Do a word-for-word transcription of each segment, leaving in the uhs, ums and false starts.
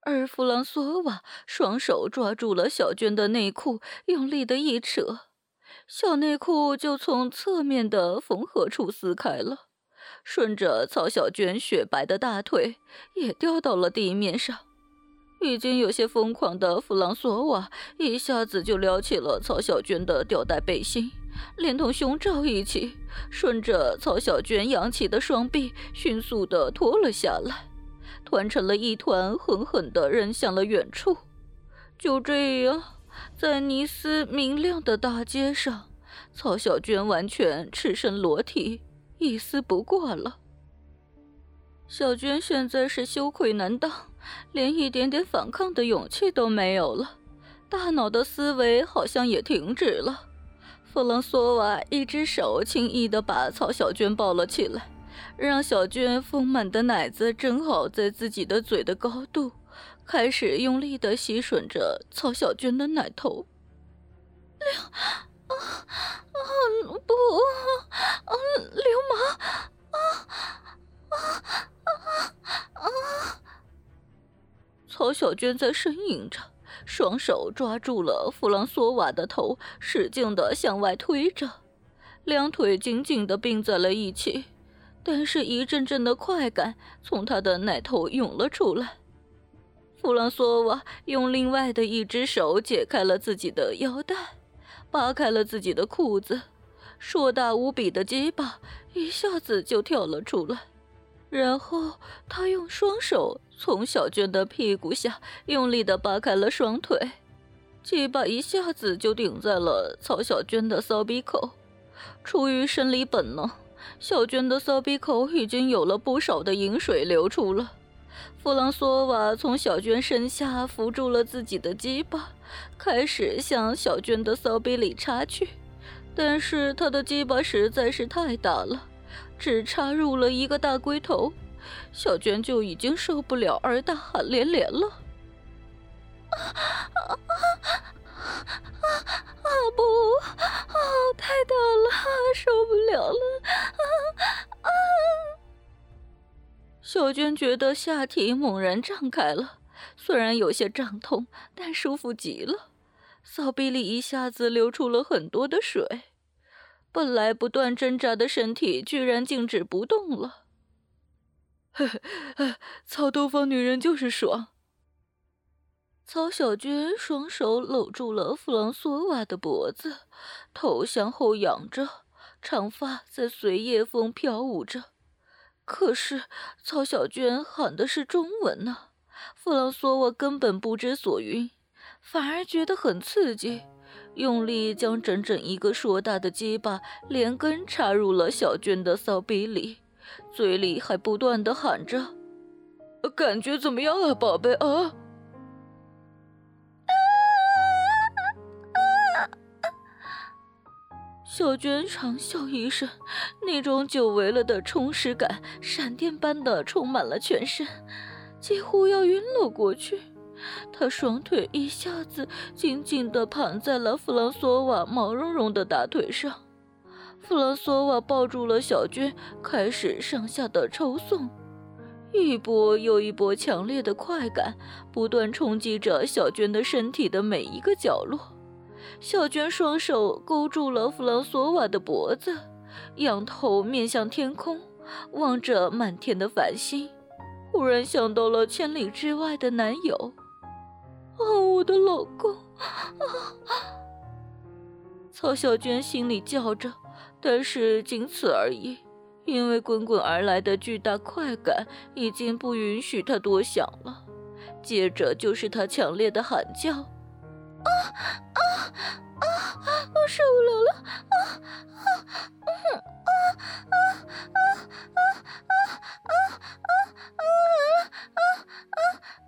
而弗朗索瓦双手抓住了小娟的内裤，用力的一扯，小内裤就从侧面的缝合处撕开了，顺着曹小娟雪白的大腿也掉到了地面上。已经有些疯狂的弗朗索瓦一下子就撩起了曹小娟的吊带背心，连同胸罩一起，顺着曹小娟扬起的双臂迅速地拖了下来，团成了一团，狠狠地扔向了远处。就这样，在尼斯明亮的大街上，曹小娟完全赤身裸体，一丝不挂了。小娟现在是羞愧难当，连一点点反抗的勇气都没有了，大脑的思维好像也停止了。弗朗索瓦一只手轻易地把曹小娟抱了起来，让小娟丰满的奶子正好在自己的嘴的高度，开始用力地吸吮着曹小娟的奶头。流啊啊不啊流氓啊啊啊啊！曹小娟在呻吟着，双手抓住了弗朗索瓦的头，使劲地向外推着，两腿紧紧地并在了一起，但是一阵阵的快感从他的奶头涌了出来。弗朗索瓦用另外的一只手解开了自己的腰带，扒开了自己的裤子，硕大无比的鸡巴一下子就跳了出来。然后他用双手从小娟的屁股下用力地扒开了双腿，鸡巴一下子就顶在了曹小娟的骚逼口。出于生理本能，小娟的骚逼口已经有了不少的饮水流出了。弗朗索瓦从小娟身下扶住了自己的鸡巴，开始向小娟的骚逼里插去，但是他的鸡巴实在是太大了，只插入了一个大龟头，小娟就已经受不了而大喊连连了。啊啊啊啊不！啊，太大了，受不了了！啊啊！小娟觉得下体猛然胀开了，虽然有些胀痛，但舒服极了。骚逼里一下子流出了很多的水，本来不断挣扎的身体居然静止不动了。呵呵，操东方女人就是爽。曹小娟双手搂住了弗朗索瓦的脖子，头向后仰着，长发在随夜风飘舞着。可是曹小娟喊的是中文呢、啊，弗朗索瓦根本不知所云，反而觉得很刺激，用力将整整一个硕大的鸡巴连根插入了小娟的骚逼里，嘴里还不断地喊着：“感觉怎么样啊，宝贝啊？”小娟长啸一声，那种久违了的充实感闪电般的充满了全身，几乎要晕了过去。她双腿一下子紧紧地盘在了弗朗索瓦毛茸茸的大腿上。弗朗索瓦抱住了小娟，开始上下的抽送，一波又一波强烈的快感不断冲击着小娟的身体的每一个角落。小娟双手勾住了弗朗索瓦的脖子，仰头面向天空，望着满天的繁星，忽然想到了千里之外的男友。啊，我的老公啊！曹小娟心里叫着，但是仅此而已，因为滚滚而来的巨大快感已经不允许她多想了。接着就是她强烈的喊叫：啊啊啊！我受不了了！啊啊啊啊啊啊啊啊啊啊啊啊啊！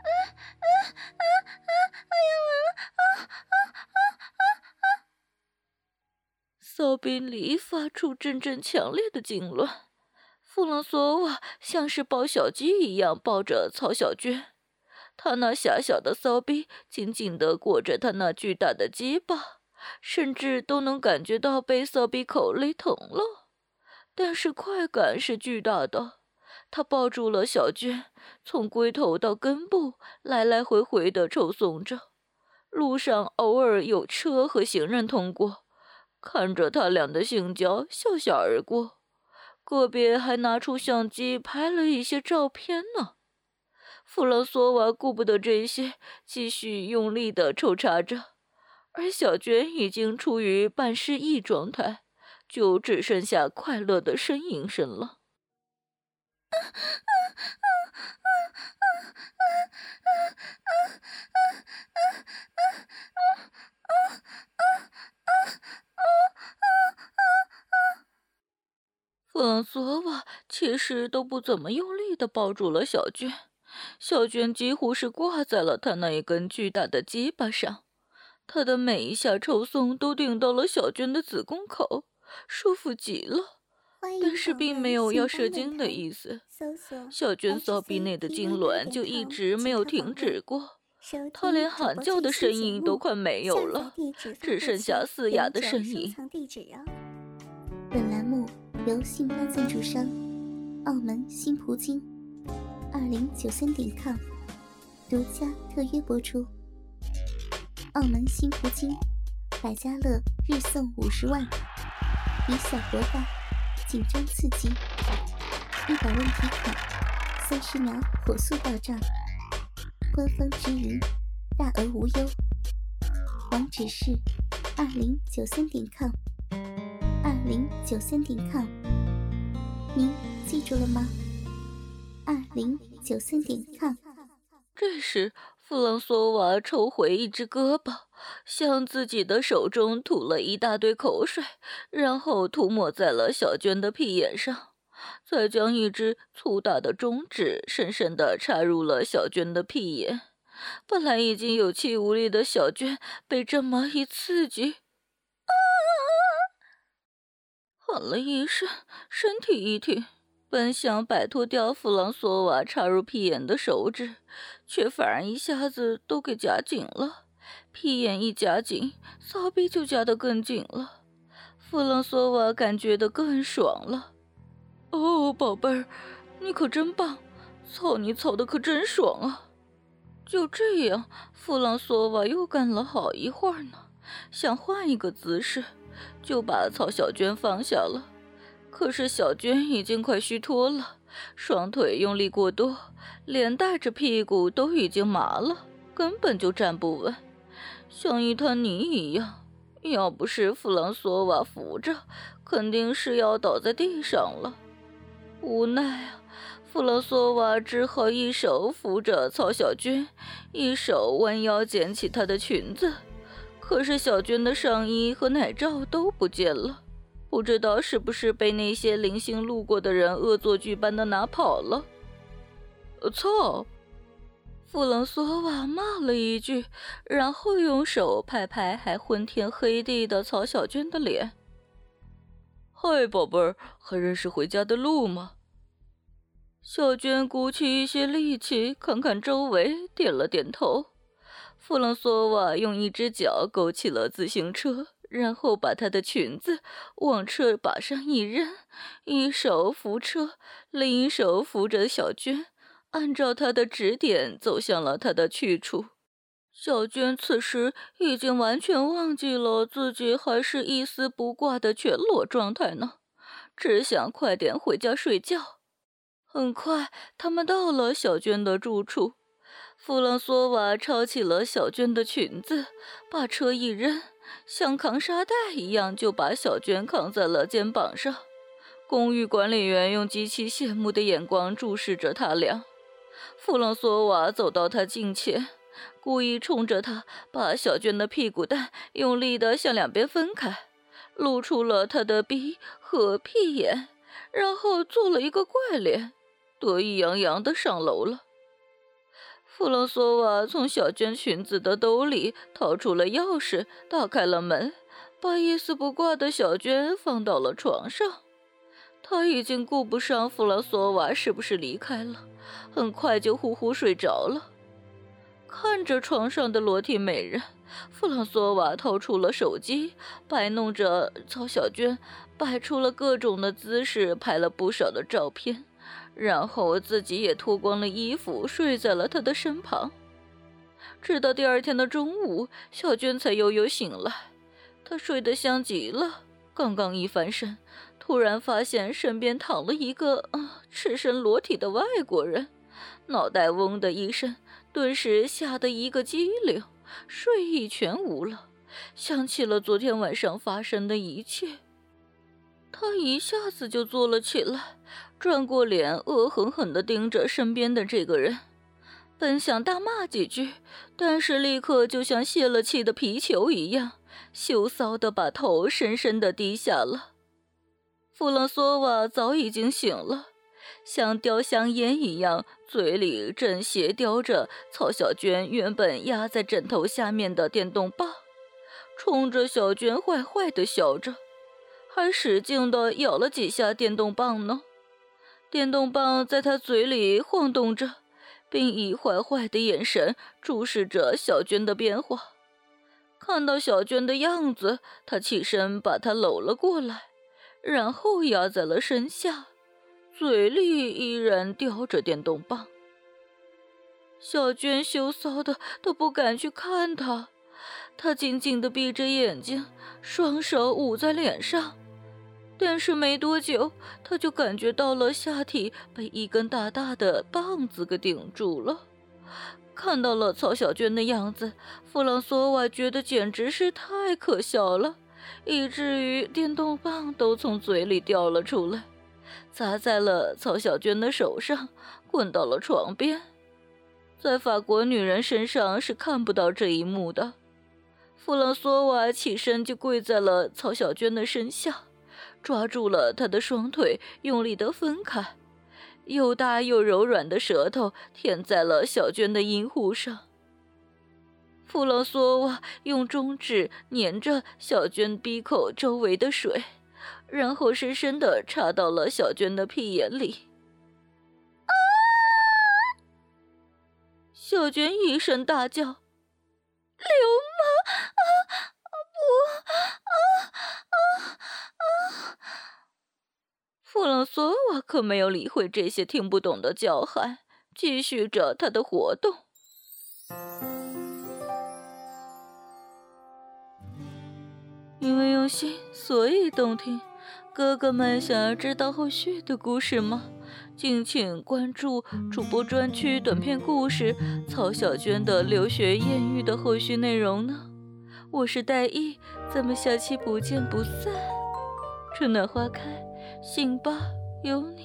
哎呀完了！啊啊啊啊啊！骚逼里发出阵阵强烈的痉挛，弗朗索瓦像是抱小鸡一样抱着曹小娟。他那狭小的骚逼紧紧地裹着他那巨大的鸡巴，甚至都能感觉到被骚逼口勒疼了。但是快感是巨大的， 他抱住了小娟，从龟头到根部来来回回地抽送着。路上偶尔有车和行人通过，看着他俩的性交笑笑而过，个别还拿出相机拍了一些照片呢。弗朗索瓦顾不得这些，继续用力地抽插着，而小娟已经处于半失忆状态，就只剩下快乐的呻吟声了。弗朗索瓦其实都不怎么用力地抱住了小娟，小娟几乎是挂在了他那一根巨大的鸡巴上，他的每一下抽送都顶到了小娟的子宫口，舒服极了。但是并没有要射精的意思，小娟骚逼内的痉挛就一直没有停止过，她连喊叫的声音都快没有了，只剩下嘶哑的声音。 本栏目由信发赞助商澳门新葡京二零九三点 com 独家特约播出。澳门新葡京百家乐日送五十万，以小博大，紧张刺激，一百问题卡，三十秒火速到账，官方直营，大额无忧。网址是二零九三点 com， 二零九三点 com， 您记住了吗？二零九三点 com。 这时，弗朗索瓦抽回一只胳膊，向自己的手中吐了一大堆口水，然后涂抹在了小娟的屁眼上，再将一只粗大的中指深深地插入了小娟的屁眼。本来已经有气无力的小娟被这么一刺激，啊！喊了一声，身体一挺，本想摆脱掉弗朗索瓦插入屁眼的手指，却反而一下子都给夹紧了。屁眼一夹紧，骚逼就夹得更紧了。弗朗索瓦感觉得更爽了。哦，宝贝儿，你可真棒，操你操的可真爽啊！就这样，弗朗索瓦又干了好一会儿呢，想换一个姿势，就把曹小娟放下了。可是小娟已经快虚脱了，双腿用力过多，连带着屁股都已经麻了，根本就站不稳，像一滩泥一样。要不是弗朗索瓦扶着，肯定是要倒在地上了。无奈啊，弗朗索瓦只好一手扶着曹小娟，一手弯腰捡起她的裙子。可是小娟的上衣和奶罩都不见了，不知道是不是被那些零星路过的人恶作剧般的拿跑了。呃，操！弗朗索瓦骂了一句，然后用手拍拍还昏天黑地的曹小娟的脸。嗨，宝贝儿，还认识回家的路吗？小娟鼓起一些力气，看看周围，点了点头。弗朗索瓦用一只脚勾起了自行车，然后把她的裙子往车把上一扔，一手扶车，另一手扶着小娟，按照她的指点走向了她的去处。小娟此时已经完全忘记了自己还是一丝不挂的全裸状态呢，只想快点回家睡觉。很快，他们到了小娟的住处。弗朗索瓦抄起了小娟的裙子，把车一扔，像扛沙袋一样就把小娟扛在了肩膀上。公寓管理员用极其羡慕的眼光注视着他俩。弗朗索瓦走到他近前，故意冲着他把小娟的屁股蛋用力地向两边分开，露出了他的鼻和屁眼，然后做了一个怪脸，得意洋洋地上楼了。弗朗索瓦从小娟裙子的兜里掏出了钥匙，打开了门，把一丝不挂的小娟放到了床上。他已经顾不上弗朗索瓦是不是离开了，很快就呼呼睡着了。看着床上的裸体美人，弗朗索瓦掏出了手机，摆弄着曹小娟，摆出了各种的姿势，拍了不少的照片， 然后自己也脱光了衣服睡在了他的身旁。直到第二天的中午，小娟才悠悠醒来。她睡得香极了，刚刚一翻身，突然发现身边躺了一个、呃、赤身裸体的外国人，脑袋嗡的一声，顿时吓得一个激灵，睡意全无了，想起了昨天晚上发生的一切。他一下子就坐了起来，转过脸，恶狠狠地盯着身边的这个人。本想大骂几句，但是立刻就像泄了气的皮球一样，羞臊地把头深深地低下了。弗朗索瓦早已经醒了，像叼香烟一样，嘴里正斜叼着曹小娟原本压在枕头下面的电动棒，冲着小娟坏坏地笑着，还使劲地咬了几下电动棒呢。电动棒在他嘴里晃动着，并以坏坏的眼神注视着小娟的变化。看到小娟的样子，他起身把她搂了过来，然后压在了身下，嘴里依然叼着电动棒。小娟羞臊的都不敢去看他，她紧紧地闭着眼睛，双手捂在脸上。但是没多久，他就感觉到了下体被一根大大的棒子给顶住了。看到了曹小娟的样子，弗朗索瓦觉得简直是太可笑了，以至于电动棒都从嘴里掉了出来，砸在了曹小娟的手上，滚到了床边。在法国女人身上是看不到这一幕的。弗朗索瓦起身就跪在了曹小娟的身下，抓住了她的双腿，用力地分开，又大又柔软的舌头舔在了小娟的阴户上。弗朗索瓦用中指粘着小娟鼻口周围的水，然后深深地插到了小娟的屁眼里。啊！小娟一声大叫：“流氓！啊啊不！啊啊啊！”弗朗索瓦可没有理会这些听不懂的叫喊，继续着他的活动。因为用心，所以动听。哥哥们想要知道后续的故事吗？敬请关注主播专区短篇故事《曹小娟的留学艳遇》的后续内容呢。我是戴艺，咱们下期不见不散。春暖花开，信吧有你。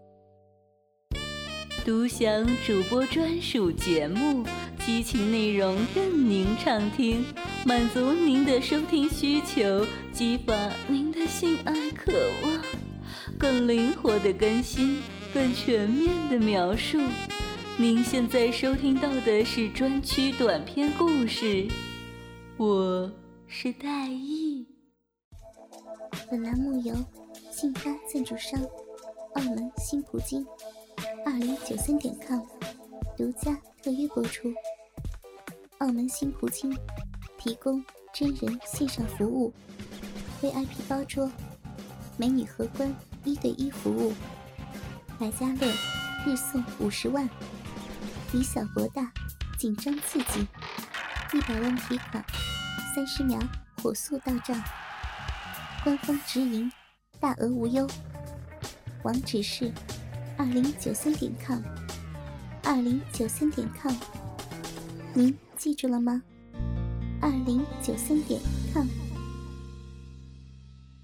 独享主播专属节目，激情内容任您畅听，满足您的收听需求，激发您的性爱渴望，更灵活的更新，更全面的描述。您现在收听到的是专区短篇故事，我是戴艺。 本栏目由信发赞助商澳门新葡京二零九三点 com 独家特约播出。澳门新葡京提供真人线上服务， V I P 包桌，美女荷官一对一服务，百家乐日送五十万，以小博大，紧张刺激，一百万提款，三十秒火速到账，官方直营，大额无忧。网址是二零九三点 com， 二零九三点 com， 您记住了吗？二零九三点 com。